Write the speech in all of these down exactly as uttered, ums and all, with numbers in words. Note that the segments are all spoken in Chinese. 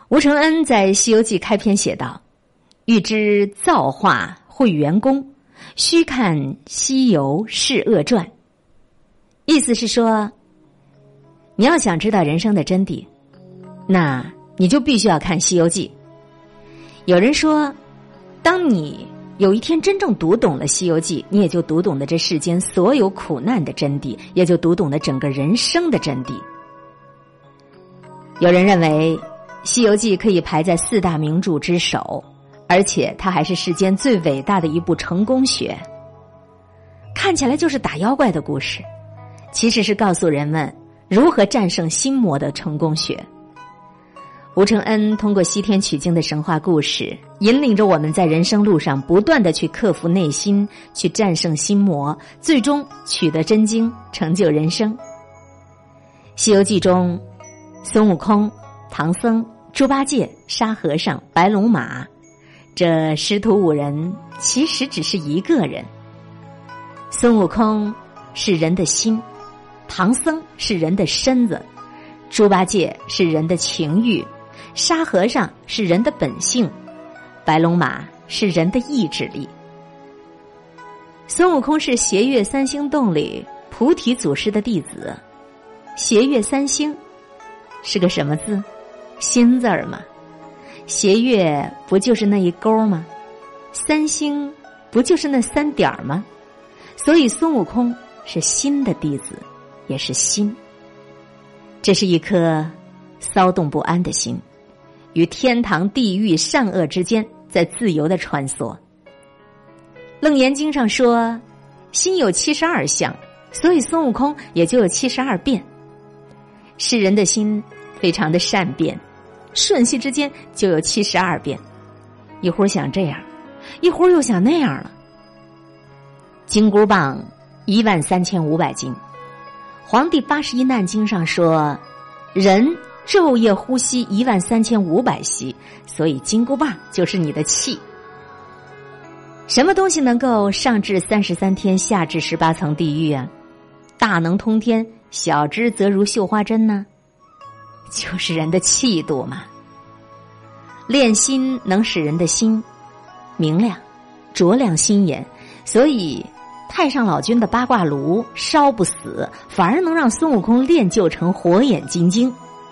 吴承恩在《西游记》开篇写道：欲知造化会元功，须看西游释厄传。意思是说，你要想知道人生的真谛，那你就必须要看《西游记》。有人说，当你有一天真正读懂了《西游记》，你也就读懂了这世间所有苦难的真谛，也就读懂了整个人生的真谛。有人认为《西游记》可以排在四大名著之首，而且它还是世间最伟大的一部成功学。看起来就是打妖怪的故事，其实是告诉人们如何战胜心魔的成功学。吴承恩通过西天取经的神话故事，引领着我们在人生路上不断地去克服内心，去战胜心魔，最终取得真经，成就人生。《西游记》中，孙悟空、唐僧、猪八戒、沙和尚、白龙马，这师徒五人其实只是一个人。孙悟空是人的心，唐僧是人的身子，猪八戒是人的情欲，沙和尚是人的本性，白龙马是人的意志力。孙悟空是斜月三星洞里菩提祖师的弟子。斜月三星是个什么字？心字儿嘛。斜月不就是那一勾吗？三星不就是那三点吗？所以孙悟空是心的弟子，也是心。这是一颗骚动不安的心，与天堂地狱善恶之间在自由地穿梭。楞严经上说，心有七十二相，所以孙悟空也就有七十二变。世人的心非常的善变，瞬息之间就有七十二变，一会儿想这样，一会儿又想那样了。金箍棒一万三千五百斤，黄帝八十一难经上说，人昼夜呼吸一万三千五百息，所以金箍棒就是你的气。什么东西能够上至三十三天，下至十八层地狱啊？大能通天，小之则如绣花针呢？就是人的气度嘛。练心能使人的心明亮，灼亮心眼，所以太上老君的八卦炉烧不死，反而能让孙悟空练就成火眼金睛。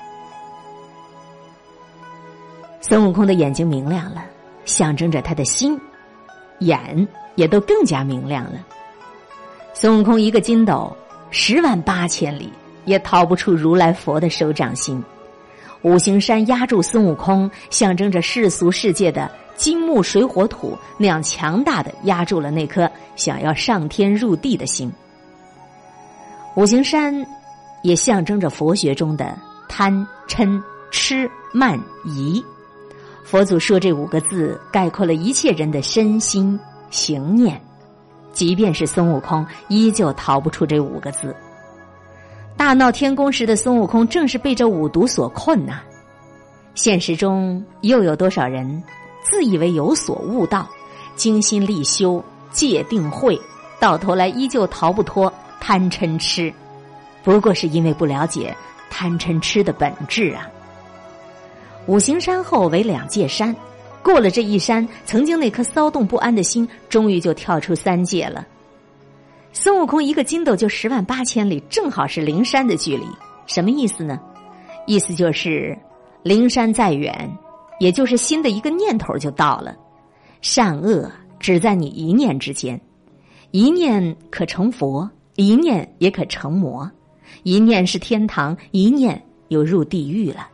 孙悟空的眼睛明亮了，象征着他的心眼也都更加明亮了。孙悟空一个筋斗十万八千里，也逃不出如来佛的手掌心。五行山压住孙悟空，象征着世俗世界的金木水火土，那样强大的压住了那颗想要上天入地的心。五行山也象征着佛学中的贪嗔痴慢疑。佛祖说这五个字概括了一切人的身心行念，即便是孙悟空依旧逃不出这五个字。大闹天宫时的孙悟空正是被这五毒所困呐、啊。现实中又有多少人自以为有所悟道，精心力修戒定慧，到头来依旧逃不脱贪嗔痴，不过是因为不了解贪嗔痴的本质啊。五行山后为两界山，过了这一山，曾经那颗骚动不安的心终于就跳出三界了。孙悟空一个筋斗就十万八千里，正好是灵山的距离。什么意思呢？意思就是灵山再远，也就是心的一个念头就到了。善恶只在你一念之间，一念可成佛，一念也可成魔，一念是天堂，一念又入地狱了。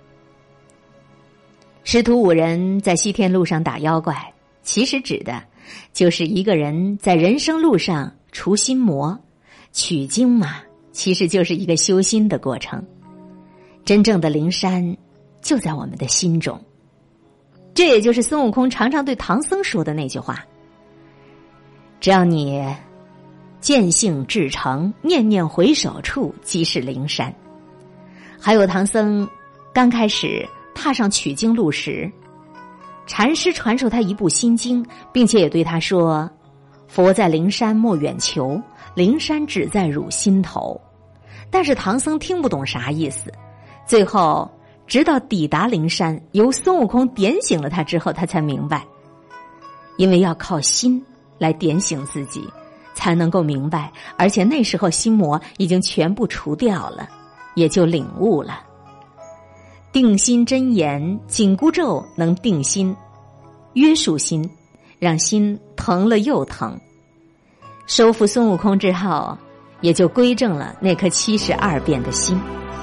师徒五人在西天路上打妖怪，其实指的就是一个人在人生路上除心魔。取经嘛，其实就是一个修心的过程。真正的灵山就在我们的心中。这也就是孙悟空常常对唐僧说的那句话，只要你见性至诚，念念回首处即是灵山。还有唐僧刚开始踏上取经路时，禅师传授他一部心经，并且也对他说，佛在灵山莫远求，灵山只在汝心头。但是唐僧听不懂啥意思，最后直到抵达灵山，由孙悟空点醒了他之后，他才明白，因为要靠心来点醒自己，才能够明白，而且那时候心魔已经全部除掉了，也就领悟了。定心真言紧箍咒能定心，约束心，让心疼了又疼。收服孙悟空之后，也就归正了那颗七十二变的心。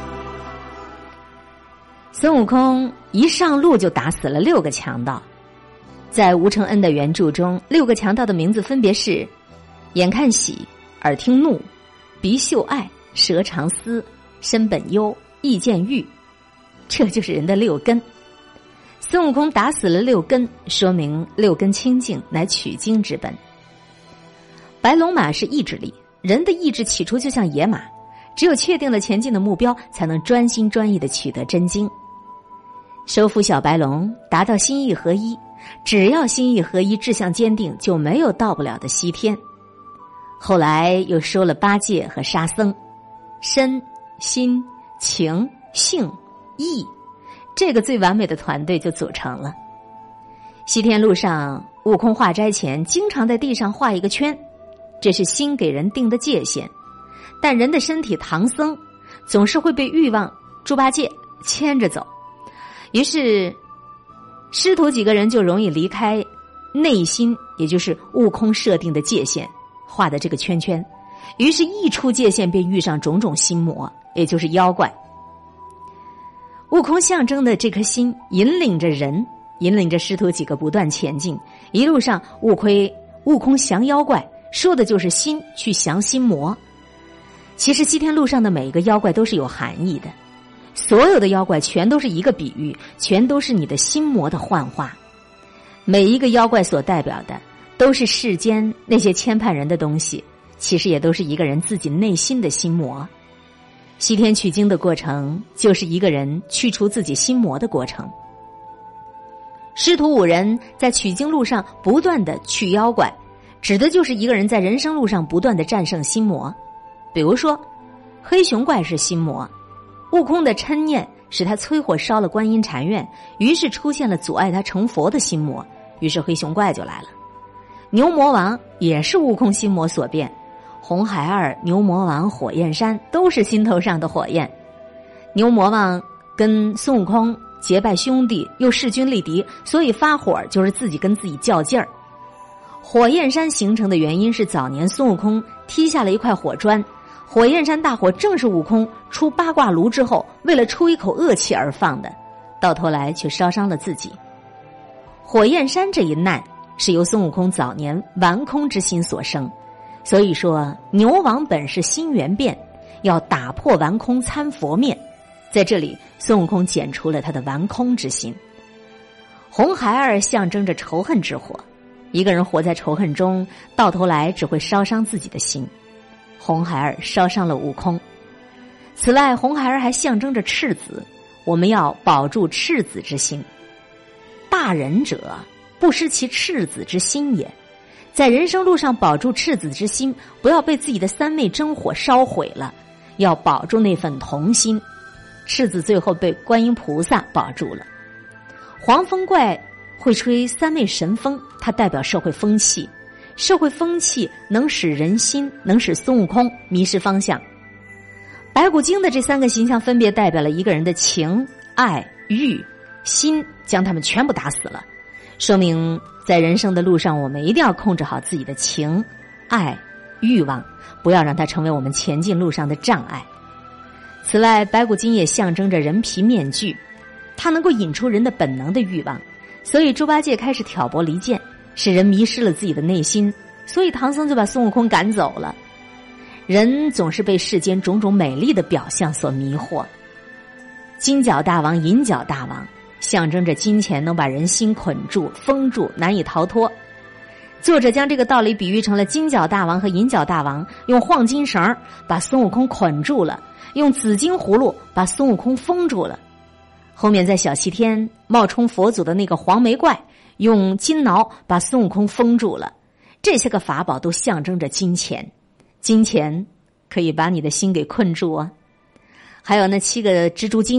孙悟空一上路就打死了六个强盗。在吴承恩的原著中，六个强盗的名字分别是眼看喜、耳听怒、鼻嗅爱、舌尝思、身本忧、意见欲，这就是人的六根。孙悟空打死了六根，说明六根清净乃取经之本。白龙马是意志力，人的意志起初就像野马，只有确定了前进的目标，才能专心专意地取得真经。收服小白龙，达到心意合一，只要心意合一，志向坚定，就没有到不了的西天。后来又收了八戒和沙僧，身、心、情、性、意，这个最完美的团队就组成了。西天路上，悟空化斋前经常在地上画一个圈，这是心给人定的界限。但人的身体唐僧总是会被欲望猪八戒牵着走，于是师徒几个人就容易离开内心，也就是悟空设定的界限画的这个圈圈，于是一出界限便遇上种种心魔，也就是妖怪。悟空象征的这颗心引领着人，引领着师徒几个不断前进。一路上悟亏悟空降妖怪，说的就是心去降心魔。其实西天路上的每一个妖怪都是有含义的，所有的妖怪全都是一个比喻，全都是你的心魔的幻化。每一个妖怪所代表的都是世间那些牵绊人的东西，其实也都是一个人自己内心的心魔。西天取经的过程就是一个人去除自己心魔的过程。师徒五人在取经路上不断的去妖怪，指的就是一个人在人生路上不断的战胜心魔。比如说黑熊怪是心魔，悟空的嗔念使他催火烧了观音禅院，于是出现了阻碍他成佛的心魔，于是黑熊怪就来了。牛魔王也是悟空心魔所变，红孩儿、牛魔王、火焰山都是心头上的火焰。牛魔王跟孙悟空结拜兄弟，又势均力敌，所以发火就是自己跟自己较劲儿。火焰山形成的原因是早年孙悟空踢下了一块火砖，火焰山大火正是悟空出八卦炉之后为了出一口恶气而放的，到头来却烧伤了自己。火焰山这一难是由孙悟空早年顽空之心所生，所以说牛王本是心猿变，要打破顽空参佛面，在这里孙悟空剪除了他的顽空之心。红孩儿象征着仇恨之火，一个人活在仇恨中，到头来只会烧伤自己的心。红孩儿烧伤了悟空。此外，红孩儿还象征着赤子，我们要保住赤子之心。大仁者不失其赤子之心也，在人生路上保住赤子之心，不要被自己的三昧真火烧毁了，要保住那份童心。赤子最后被观音菩萨保住了。黄风怪会吹三昧神风，它代表社会风气，社会风气能使人心，能使孙悟空迷失方向。白骨精的这三个形象分别代表了一个人的情、爱、欲、心，将他们全部打死了，说明在人生的路上，我们一定要控制好自己的情、爱、欲望，不要让它成为我们前进路上的障碍。此外，白骨精也象征着人皮面具，它能够引出人的本能的欲望，所以猪八戒开始挑拨离间，使人迷失了自己的内心，所以唐僧就把孙悟空赶走了。人总是被世间种种美丽的表象所迷惑。金角大王、银角大王象征着金钱能把人心捆住、封住，难以逃脱。作者将这个道理比喻成了金角大王和银角大王用晃金绳把孙悟空捆住了，用紫金葫芦把孙悟空封住了。后面在小西天冒充佛祖的那个黄眉怪用金挠把孙悟空封住了。这些个法宝都象征着金钱，金钱可以把你的心给困住啊。还有那七个蜘蛛精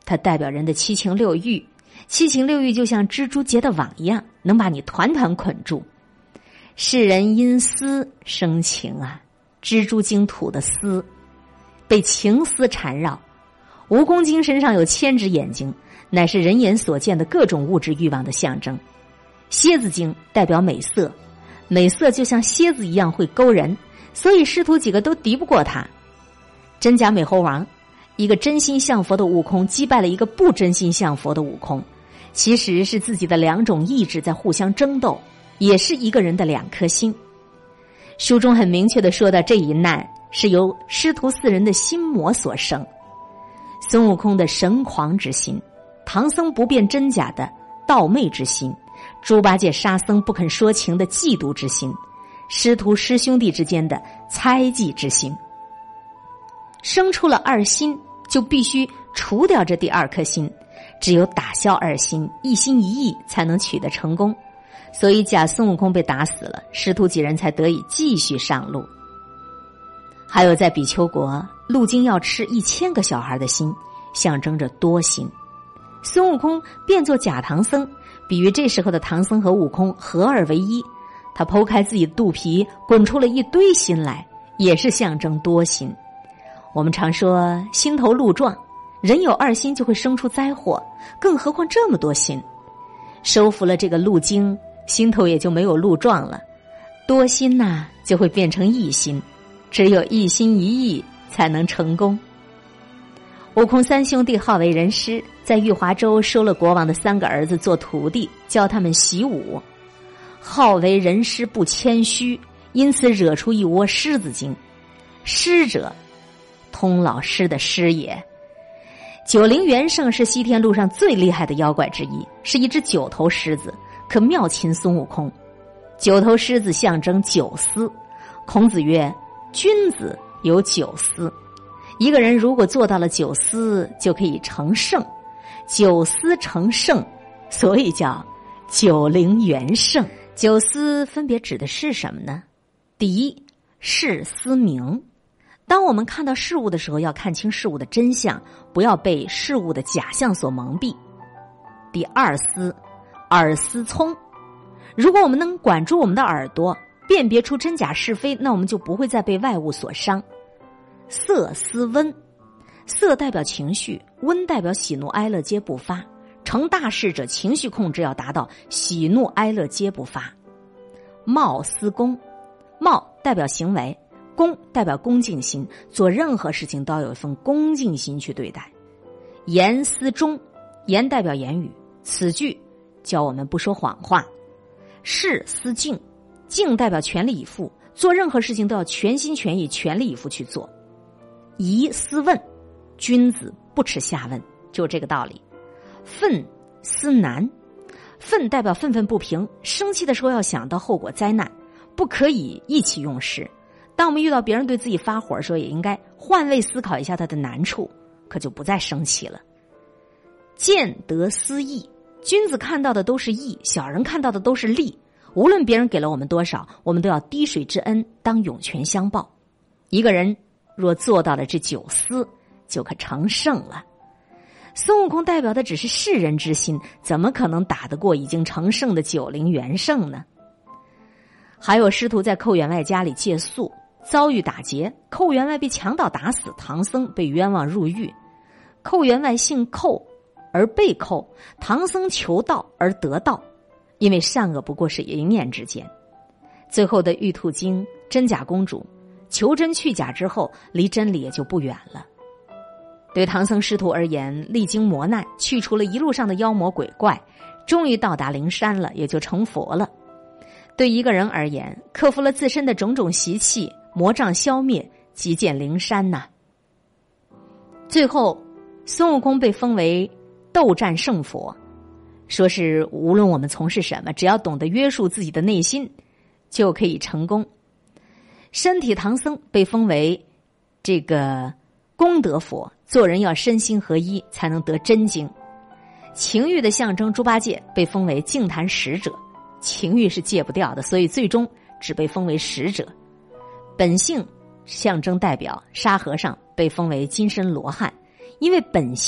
它代表人的七情六欲，七情六欲就像蜘蛛结的网一样，能把你团团捆住。世人因丝生情啊，蜘蛛精吐的丝，被情丝缠绕。蜈蚣精身上有千只眼睛，乃是人眼所见的各种物质欲望的象征。蝎子精代表美色，美色就像蝎子一样会勾人，所以师徒几个都敌不过他。真假美猴王，一个真心向佛的悟空击败了一个不真心向佛的悟空，其实是自己的两种意志在互相争斗，也是一个人的两颗心。书中很明确地说到，这一难是由师徒四人的心魔所生。孙悟空的神狂之心，唐僧不辨真假的盗昧之心，猪八戒沙僧不肯说情的嫉妒之心，师徒师兄弟之间的猜忌之心。生出了二心，就必须除掉这第二颗心，只有打消二心，一心一意才能取得成功。所以假孙悟空被打死了，师徒几人才得以继续上路。还有在比丘国，路经要吃一千个小孩的心，象征着多心。孙悟空变作假唐僧，比喻这时候的唐僧和悟空合二为一，他剖开自己的肚皮，滚出了一堆心来，也是象征多心。我们常说心头路撞，人有二心就会生出灾祸，更何况这么多心。收服了这个路经，心头也就没有路撞了，多心呐、啊、就会变成一心，只有一心一意才能成功。悟空三兄弟好为人师，在玉华州收了国王的三个儿子做徒弟，教他们习武。好为人师不谦虚，因此惹出一窝狮子精。狮者通老师的师也。九灵元圣是西天路上最厉害的妖怪之一，是一只九头狮子，可妙擒孙悟空。九头狮子象征九思，孔子曰：君子有九思。一个人如果做到了九思，就可以成圣。九思成圣，所以叫九灵元圣。九思分别指的是什么呢？第一，事思明。当我们看到事物的时候，要看清事物的真相，不要被事物的假象所蒙蔽。第二思，耳思聪。如果我们能管住我们的耳朵，辨别出真假是非，那我们就不会再被外物所伤。色思温，色代表情绪，温代表喜怒哀乐皆不发。成大事者，情绪控制要达到喜怒哀乐皆不发。貌思恭，貌代表行为，恭代表恭敬心，做任何事情都要有一份恭敬心去对待。言思忠，言代表言语，此句教我们不说谎话。事思敬，敬代表全力以赴，做任何事情都要全心全意全力以赴去做。疑思问，君子不耻下问，就这个道理。愤思难，愤代表愤愤不平，生气的时候要想到后果灾难，不可以意气用事。当我们遇到别人对自己发火的时候，也应该换位思考一下他的难处，可就不再生气了。见得思义，君子看到的都是义，小人看到的都是利。无论别人给了我们多少，我们都要滴水之恩当涌泉相报。一个人若做到了这九思，就可成圣了。孙悟空代表的只是世人之心，怎么可能打得过已经成圣的九灵元圣呢？还有师徒在寇员外家里借宿，遭遇打劫，寇员外被强盗打死，唐僧被冤枉入狱。寇员外姓寇而被寇，唐僧求道而得道，因为善恶不过是一念之间。最后的玉兔精、真假公主求真去假之后，离真理也就不远了。对唐僧师徒而言，历经磨难，去除了一路上的妖魔鬼怪，终于到达灵山了，也就成佛了。对一个人而言，克服了自身的种种习气，魔障消灭，即见灵山呐。最后孙悟空被封为斗战胜佛，说是无论我们从事什么，只要懂得约束自己的内心，就可以成功。身体唐僧被封为这个功德佛，做人要身心合一，才能得真经。情欲的象征猪八戒被封为净坛使者，情欲是戒不掉的，所以最终只被封为使者。本性象征代表沙和尚被封为金身罗汉，因为本性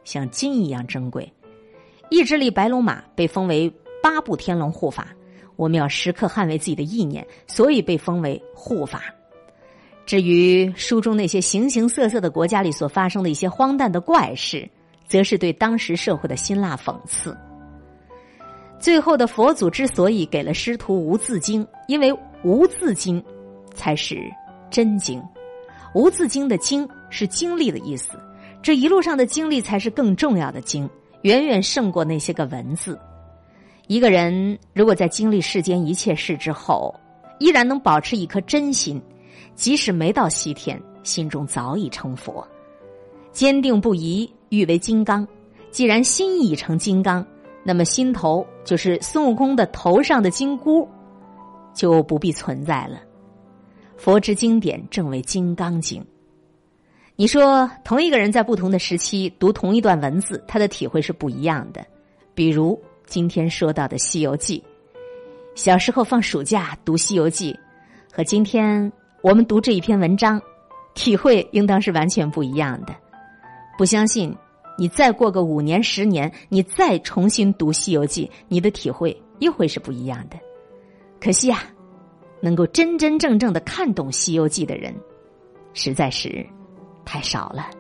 像金一样珍贵。意志力白龙马被封为八部天龙护法，我们要时刻捍卫自己的意念，所以被封为护法。至于书中那些形形色色的国家里所发生的一些荒诞的怪事，则是对当时社会的辛辣讽刺。最后的佛祖之所以给了师徒无字经，因为无字经才是真经。无字经的经是经历的意思，这一路上的经历才是更重要的经，远远胜过那些个文字。一个人如果在经历世间一切事之后，依然能保持一颗真心，即使没到西天，心中早已成佛。坚定不移，欲为金刚。既然心已成金刚，那么心头就是孙悟空的头上的金箍，就不必存在了。佛之经典正为金刚经。你说同一个人在不同的时期读同一段文字，他的体会是不一样的。比如今天说到的《西游记》，小时候放暑假读《西游记》，和今天我们读这一篇文章，体会应当是完全不一样的。不相信你再过个五年十年，你再重新读《西游记》，你的体会又会是不一样的。可惜啊，能够真真正正的看懂《西游记》的人实在是太少了。